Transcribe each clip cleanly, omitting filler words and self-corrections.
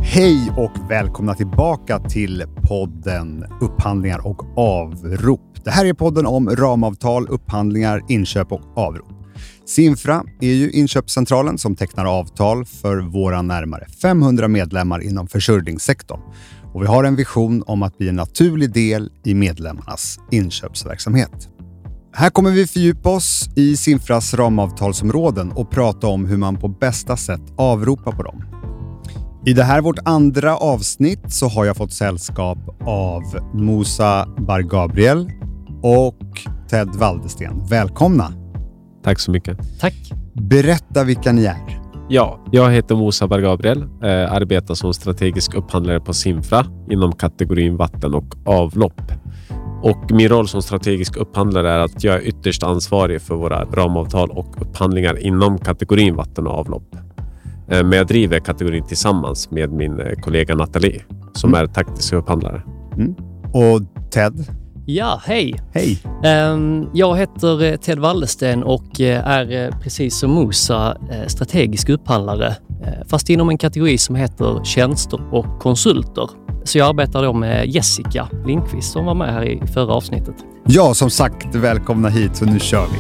Hej och välkomna tillbaka till podden Upphandlingar och avrop. Det här är podden om ramavtal, upphandlingar, inköp och avrop. Sinfra är ju inköpscentralen som tecknar avtal för våra närmare 500 medlemmar inom försörjningssektorn. Och vi har en vision om att bli en naturlig del i medlemmarnas inköpsverksamhet. Här kommer vi fördjupa oss i Sinfras ramavtalsområden och prata om hur man på bästa sätt avropar på dem. I det här vårt andra avsnitt så har jag fått sällskap av Moussa Bar-Gabriel och Ted Waldersten. Välkomna! Tack så mycket. Tack. Berätta vilka ni är. Ja, jag heter Moussa Bar-Gabriel, arbetar som strategisk upphandlare på Sinfra inom kategorin vatten och avlopp. Och min roll som strategisk upphandlare är att jag är ytterst ansvarig för våra ramavtal och upphandlingar inom kategorin vatten och avlopp. Men jag driver kategorin tillsammans med min kollega Nathalie som är taktisk upphandlare. Och Ted? Ja, hej. Hej. Jag heter Ted Waldersten och är precis som Moussa strategisk upphandlare. Fast inom en kategori som heter tjänster och konsulter. Så jag arbetar då med Jessica Lindqvist som var med här i förra avsnittet. Ja, som sagt, välkomna hit, så nu kör vi.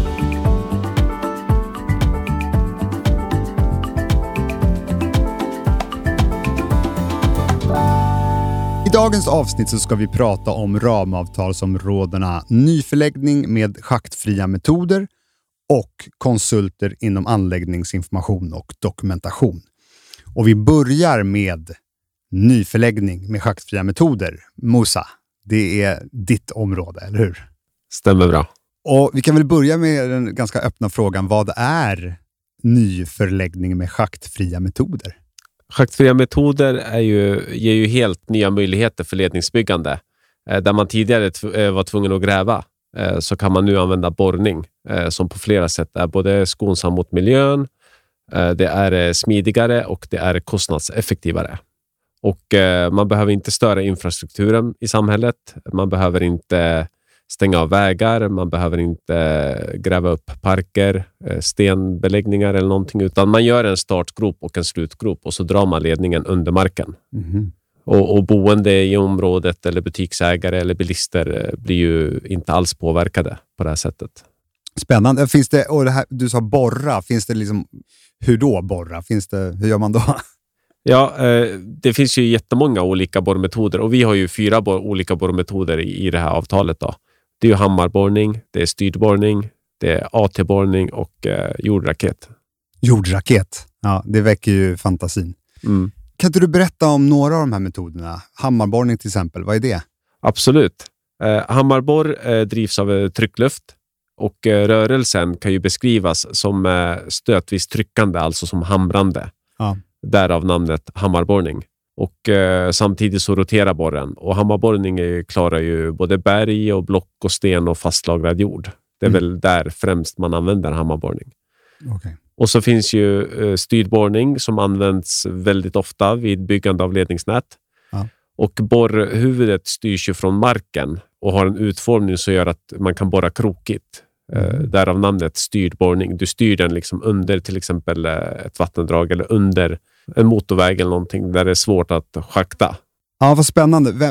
I dagens avsnitt så ska vi prata om ramavtalsområdena nyförläggning med schaktfria metoder och konsulter inom anläggningsinformation och dokumentation. Och vi börjar med nyförläggning med schaktfria metoder. Moussa, det är ditt område, eller hur? Stämmer bra. Och vi kan väl börja med den ganska öppna frågan. Vad är nyförläggning med schaktfria metoder? Schaktfria metoder ger ju helt nya möjligheter för ledningsbyggande. Där man tidigare var tvungen att gräva så kan man nu använda borrning som på flera sätt är både skonsam mot miljön, det är smidigare och det är kostnadseffektivare. Och man behöver inte störa infrastrukturen i samhället. Man behöver inte stänga av vägar. Man behöver inte gräva upp parker, stenbeläggningar eller någonting. Utan man gör en startgrop och en slutgrop och så drar man ledningen under marken. Mm-hmm. Och boende i området eller butiksägare eller bilister blir ju inte alls påverkade på det här sättet. Spännande. Finns det, och det här, du sa borra. Finns det liksom, hur då borra? Hur gör man då? Ja, det finns ju jättemånga olika borrmetoder och vi har ju 4 olika borrmetoder i det här avtalet då. Det är ju hammarborrning, det är styrborrning, det är AT-borrning och jordraket. Jordraket, ja, det väcker ju fantasin. Mm. Kan inte du berätta om några av de här metoderna? Hammarborrning till exempel, vad är det? Absolut. Hammarborr drivs av tryckluft och rörelsen kan ju beskrivas som stötvis tryckande, alltså som hamrande. Ja. Därav namnet hammarborrning. Och samtidigt så roterar borren. Och hammarborrning klarar ju både berg och block och sten och fastlagrad jord. Det är väl där främst man använder hammarborrning. Okay. Och så finns ju styrborrning som används väldigt ofta vid byggande av ledningsnät. Ja. Och borrhuvudet styrs ju från marken och har en utformning som gör att man kan borra krokigt. Därav namnet styrborrning. Du styr den liksom under till exempel ett vattendrag eller under en motorväg eller någonting där det är svårt att schakta. Ja, vad spännande.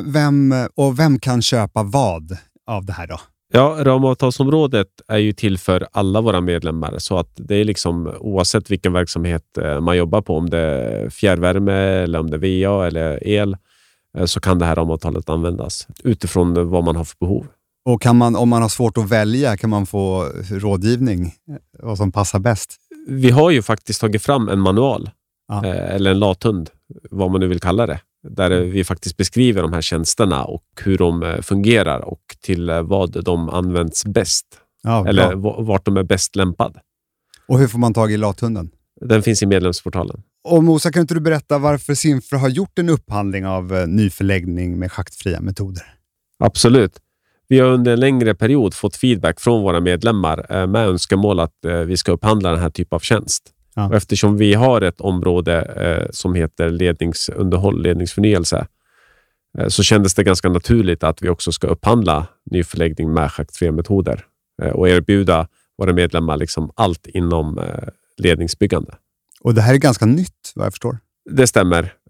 Vem kan köpa vad av det här då? Ja, ramavtalsområdet är ju till för alla våra medlemmar så att det är liksom oavsett vilken verksamhet man jobbar på, om det är fjärrvärme eller om det är VA eller el, så kan det här ramavtalet användas utifrån vad man har för behov. Och kan man, om man har svårt att välja, kan man få rådgivning vad som passar bäst? Vi har ju faktiskt tagit fram en manual eller en lathund, vad man nu vill kalla det. Där vi faktiskt beskriver de här tjänsterna och hur de fungerar och till vad de används bäst. Ja, eller vart de är bäst lämpad. Och hur får man tag i lathunden? Den finns i medlemsportalen. Och Moussa, kan inte du berätta varför Sinfra har gjort en upphandling av nyförläggning med schaktfria metoder? Absolut. Vi har under en längre period fått feedback från våra medlemmar med önskemål att vi ska upphandla den här typen av tjänst. Ja. Och eftersom vi har ett område som heter ledningsunderhåll, ledningsförnyelse, så kändes det ganska naturligt att vi också ska upphandla nyförläggning med schaktfria metoder och erbjuda våra medlemmar liksom allt inom ledningsbyggande. Och det här är ganska nytt, vad jag förstår. Det stämmer.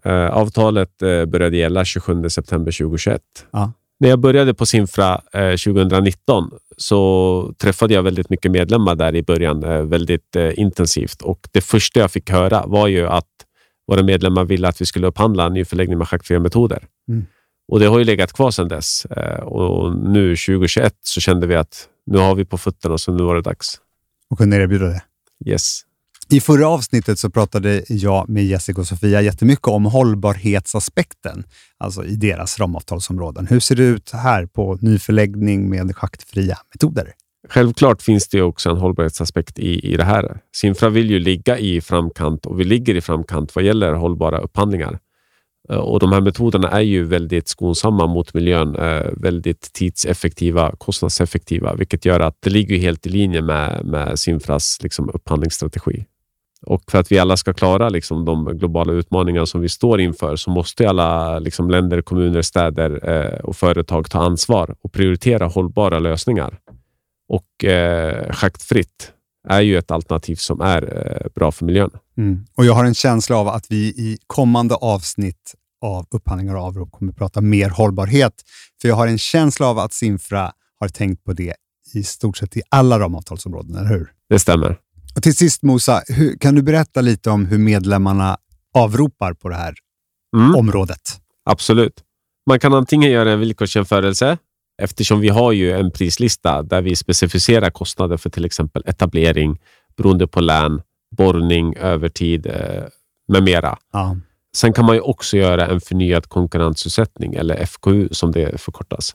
Avtalet började gälla 27 september 2021. Ja. När jag började på Sinfra 2019 så träffade jag väldigt mycket medlemmar där i början väldigt intensivt. Och det första jag fick höra var ju att våra medlemmar ville att vi skulle upphandla en ny förläggning med schaktfria metoder. Mm. Och det har ju legat kvar sedan dess. Och nu 2021 så kände vi att nu har vi på fötterna så nu var det dags. Och kunde erbjuda det? Yes. I förra avsnittet så pratade jag med Jessica och Sofia jättemycket om hållbarhetsaspekten, alltså i deras ramavtalsområden. Hur ser det ut här på ny förläggning med schaktfria metoder? Självklart finns det också en hållbarhetsaspekt i det här. Sinfra vill ju ligga i framkant och vi ligger i framkant vad gäller hållbara upphandlingar. Och de här metoderna är ju väldigt skonsamma mot miljön, väldigt tidseffektiva, kostnadseffektiva, vilket gör att det ligger helt i linje med Sinfras liksom, upphandlingsstrategi. Och för att vi alla ska klara liksom, de globala utmaningar som vi står inför så måste alla liksom, länder, kommuner, städer och företag ta ansvar och prioritera hållbara lösningar. Och schaktfritt är ju ett alternativ som är bra för miljön. Mm. Och jag har en känsla av att vi i kommande avsnitt av upphandlingar och avrop kommer att prata mer hållbarhet. För jag har en känsla av att Sinfra har tänkt på det i stort sett i alla ramavtalsområden, eller hur? Det stämmer. Och till sist Mosa, kan du berätta lite om hur medlemmarna avropar på det här området? Absolut. Man kan antingen göra en villkorsjämförelse eftersom vi har ju en prislista där vi specificerar kostnader för till exempel etablering, beroende på län, borrning, övertid med mera. Ja. Sen kan man ju också göra en förnyad konkurrensutsättning eller FKU som det förkortas.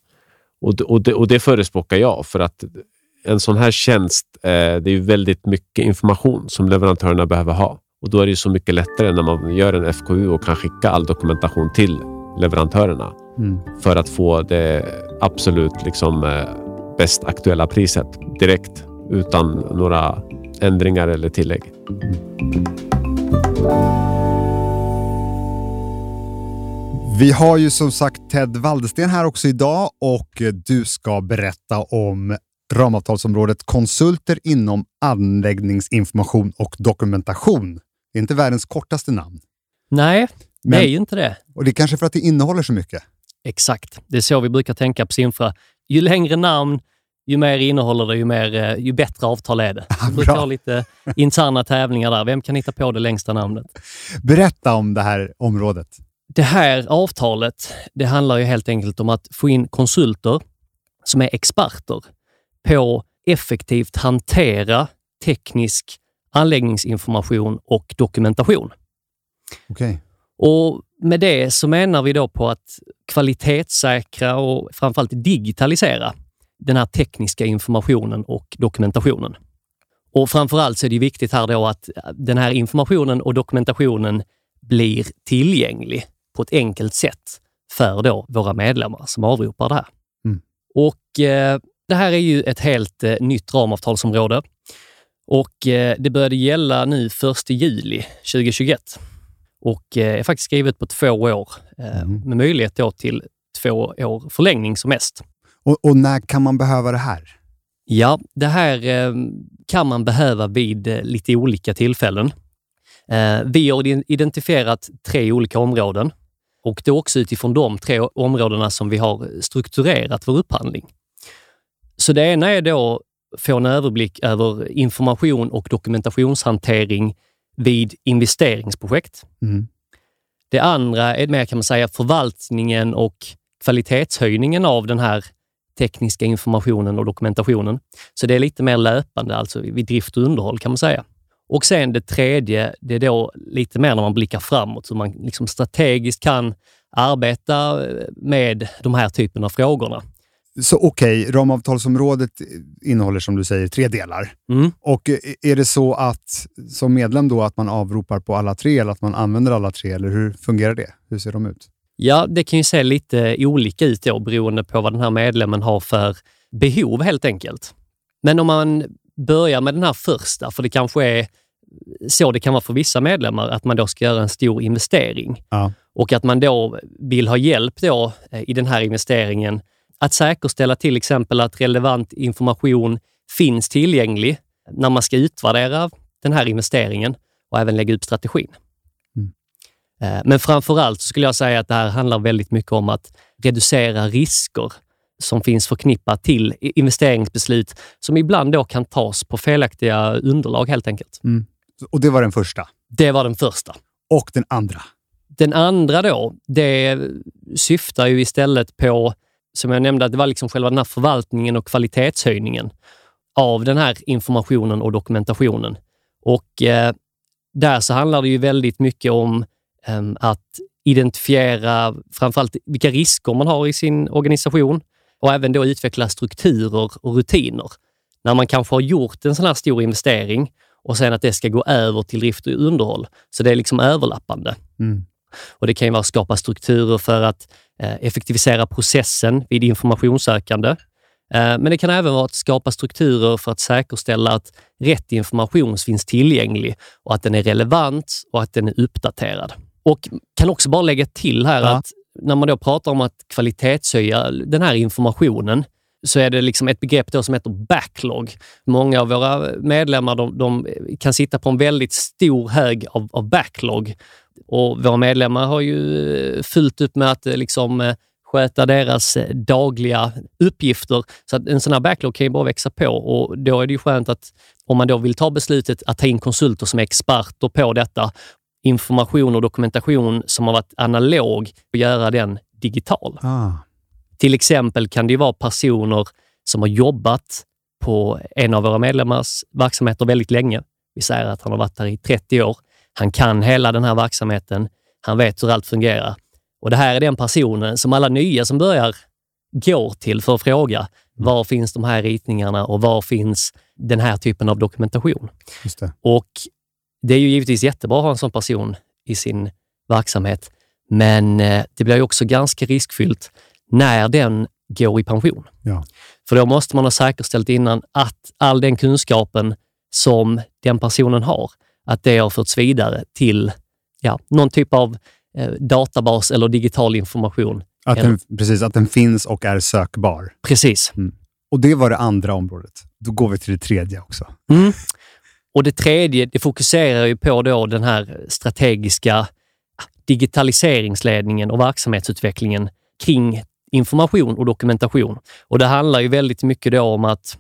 Och det förespråkar jag för att en sån här tjänst, det är ju väldigt mycket information som leverantörerna behöver ha. Och då är det ju så mycket lättare när man gör en FKU och kan skicka all dokumentation till leverantörerna för att få det absolut liksom, bäst aktuella priset direkt utan några ändringar eller tillägg. Vi har ju som sagt Ted Waldersten här också idag och du ska berätta om ramavtalsområdet konsulter inom anläggningsinformation och dokumentation. Det är inte världens kortaste namn. Nej, det är ju inte det. Och det är kanske för att det innehåller så mycket. Exakt, det är så vi brukar tänka på Sinfra. Ju längre namn, ju mer innehåller det, ju bättre avtal är det. Vi brukar ha lite interna tävlingar där. Vem kan hitta på det längsta namnet? Berätta om det här området. Det här avtalet, det handlar ju helt enkelt om att få in konsulter som är experter på effektivt hantera teknisk anläggningsinformation och dokumentation. Okej. Och med det så menar vi då på att kvalitetssäkra och framförallt digitalisera den här tekniska informationen och dokumentationen. Och framförallt så är det viktigt här då att den här informationen och dokumentationen blir tillgänglig på ett enkelt sätt för då våra medlemmar som avropar det här. Mm. Och det här är ju ett helt nytt ramavtalsområde och det började gälla nu 1 juli 2021 och är faktiskt skrivet på 2 år med möjlighet då till 2 år förlängning som mest. Och när kan man behöva det här? Ja, det här kan man behöva vid lite olika tillfällen. Vi har identifierat 3 olika områden och det är också utifrån de 3 områdena som vi har strukturerat vår upphandling. Så det ena är då att få en överblick över information och dokumentationshantering vid investeringsprojekt. Mm. Det andra är mer kan man säga förvaltningen och kvalitetshöjningen av den här tekniska informationen och dokumentationen. Så det är lite mer löpande, alltså vid drift och underhåll kan man säga. Och sen det tredje, det är då lite mer när man blickar framåt, så man liksom strategiskt kan arbeta med de här typen av frågorna. Så okej, ramavtalsområdet innehåller som du säger 3 delar. Mm. Och är det så att som medlem då att man avropar på alla 3 eller att man använder alla 3 eller hur fungerar det? Hur ser de ut? Ja, det kan ju se lite olika ut då beroende på vad den här medlemmen har för behov helt enkelt. Men om man börjar med den här första, för det kanske är så det kan vara för vissa medlemmar att man då ska göra en stor investering. Ja. Och att man då vill ha hjälp då i den här investeringen att säkerställa till exempel att relevant information finns tillgänglig när man ska utvärdera den här investeringen och även lägga upp strategin. Men framförallt skulle jag säga att det här handlar väldigt mycket om att reducera risker som finns förknippat till investeringsbeslut som ibland då kan tas på felaktiga underlag helt enkelt. Mm. Och det var den första? Det var den första. Och den andra? Den andra då, det syftar ju istället på, som jag nämnde, att det var liksom själva den här förvaltningen och kvalitetshöjningen av den här informationen och dokumentationen. Och där så handlar det ju väldigt mycket om att identifiera framförallt vilka risker man har i sin organisation och även då utveckla strukturer och rutiner. När man kanske har gjort en sån här stor investering och sen att det ska gå över till drift och underhåll. Så det är liksom överlappande. Mm. Och det kan ju vara att skapa strukturer för att effektivisera processen vid informationssökande. Men det kan även vara att skapa strukturer för att säkerställa att rätt information finns tillgänglig och att den är relevant och att den är uppdaterad. Och kan också bara lägga till här att när man då pratar om att kvalitetshöja den här informationen så är det liksom ett begrepp då som heter backlog. Många av våra medlemmar de kan sitta på en väldigt stor hög av backlog. Och våra medlemmar har ju fullt upp med att liksom sköta deras dagliga uppgifter. Så att en sån här backlog kan ju bara växa på. Och då är det ju skönt att om man då vill ta beslutet att ta in konsulter som är experter på detta, information och dokumentation som har varit analog, och göra den digital. Till exempel kan det ju vara personer som har jobbat på en av våra medlemmars verksamheter väldigt länge. Vi säger att han har varit där i 30 år. Han kan hela den här verksamheten. Han vet hur allt fungerar. Och det här är den personen som alla nya som börjar går till för att fråga var finns de här ritningarna och var finns den här typen av dokumentation. Just det. Och det är ju givetvis jättebra att ha en sån person i sin verksamhet. Men det blir ju också ganska riskfyllt när den går i pension. Ja. För då måste man ha säkerställt innan att all den kunskapen som den personen har, att det har förts vidare till någon typ av databas eller digital information. Att den finns och är sökbar. Precis. Mm. Och det var det andra området. Då går vi till det tredje också. Mm. Och det tredje, det fokuserar ju på då den här strategiska digitaliseringsledningen och verksamhetsutvecklingen kring information och dokumentation. Och det handlar ju väldigt mycket då om att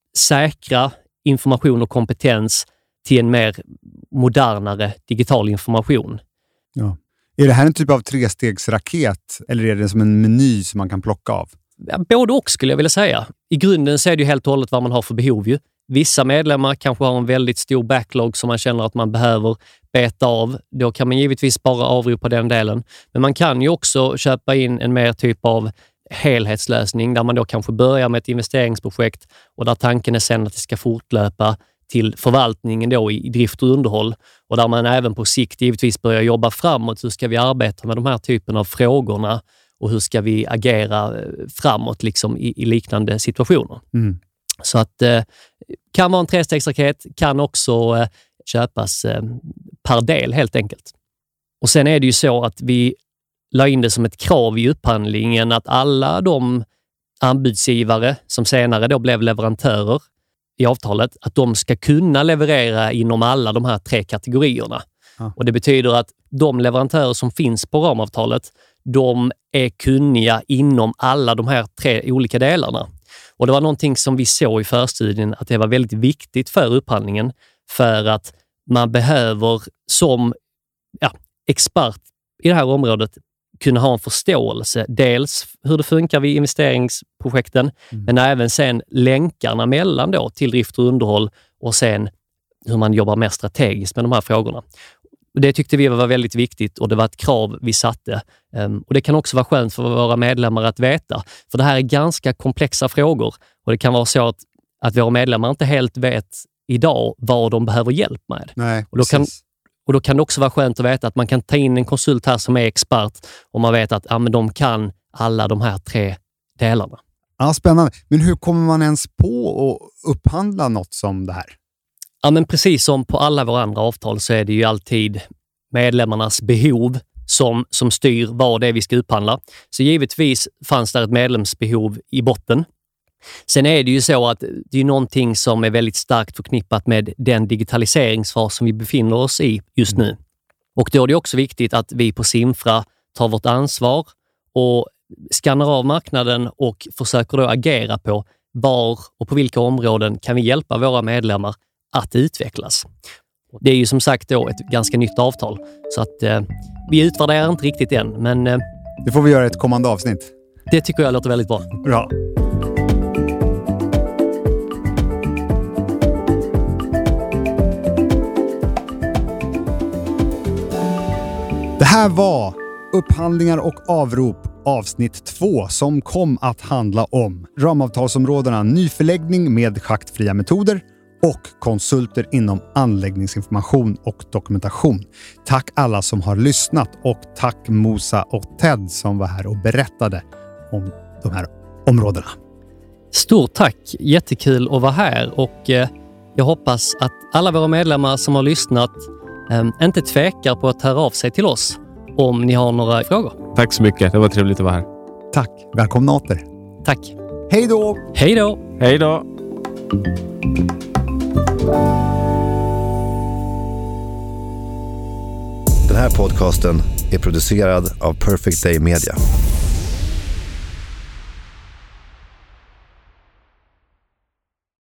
säkra information och kompetens till en mer modernare digital information. Ja. Är det här en typ av trestegsraket eller är det som en meny som man kan plocka av? Både och skulle jag vilja säga. I grunden så är det ju helt och hållet vad man har för behov ju. Vissa medlemmar kanske har en väldigt stor backlog som man känner att man behöver beta av. Då kan man givetvis bara avropa den delen. Men man kan ju också köpa in en mer typ av helhetslösning där man då kanske börjar med ett investeringsprojekt och där tanken är sen att det ska fortlöpa till förvaltningen då i drift och underhåll och där man även på sikt givetvis börjar jobba framåt. Hur ska vi arbeta med de här typen av frågorna och hur ska vi agera framåt liksom i liknande situationer? Mm. Så att kan vara en trestegsraket, kan också köpas per del helt enkelt. Och sen är det ju så att vi la in det som ett krav i upphandlingen att alla de anbudsgivare som senare då blev leverantörer i avtalet, att de ska kunna leverera inom alla de här 3 kategorierna. Ja. Och det betyder att de leverantörer som finns på ramavtalet, de är kunniga inom alla de här 3 olika delarna. Och det var någonting som vi såg i förstudien att det var väldigt viktigt för upphandlingen för att man behöver som expert i det här området kunna ha en förståelse. Dels hur det funkar vid investeringsprojekten men även sen länkarna mellan då till drift och underhåll och sen hur man jobbar mer strategiskt med de här frågorna. Det tyckte vi var väldigt viktigt och det var ett krav vi satte. Och det kan också vara skönt för våra medlemmar att veta. För det här är ganska komplexa frågor och det kan vara så att våra medlemmar inte helt vet idag vad de behöver hjälp med. Nej, och då kan det också vara skönt att veta att man kan ta in en konsult här som är expert och man vet att men de kan alla de här 3 delarna. Ja, spännande. Men hur kommer man ens på att upphandla något som det här? Ja, men precis som på alla våra andra avtal så är det ju alltid medlemmarnas behov som styr vad det är vi ska upphandla. Så givetvis fanns där ett medlemsbehov i botten. Sen är det ju så att det är någonting som är väldigt starkt förknippat med den digitaliseringsfas som vi befinner oss i just nu. Och då är det också viktigt att vi på Simfra tar vårt ansvar och skannar av marknaden och försöker då agera på var och på vilka områden kan vi hjälpa våra medlemmar att utvecklas. Det är ju som sagt då ett ganska nytt avtal, så att vi utvärderar inte riktigt än, men det får vi göra ett kommande avsnitt. Det tycker jag låter väldigt bra. Bra. Det här var Upphandlingar och avrop avsnitt 2 som kom att handla om ramavtalsområdena nyförläggning med schaktfria metoder och konsulter inom anläggningsinformation och dokumentation. Tack alla som har lyssnat och tack Musa och Ted som var här och berättade om de här områdena. Stort tack, jättekul att vara här och jag hoppas att alla våra medlemmar som har lyssnat inte tvekar på att höra av sig till oss om ni har några frågor. Tack så mycket, det var trevligt att vara här. Tack, välkomna åter. Tack. Hej då! Hej då! Hej då! Den här podcasten är producerad av Perfect Day Media.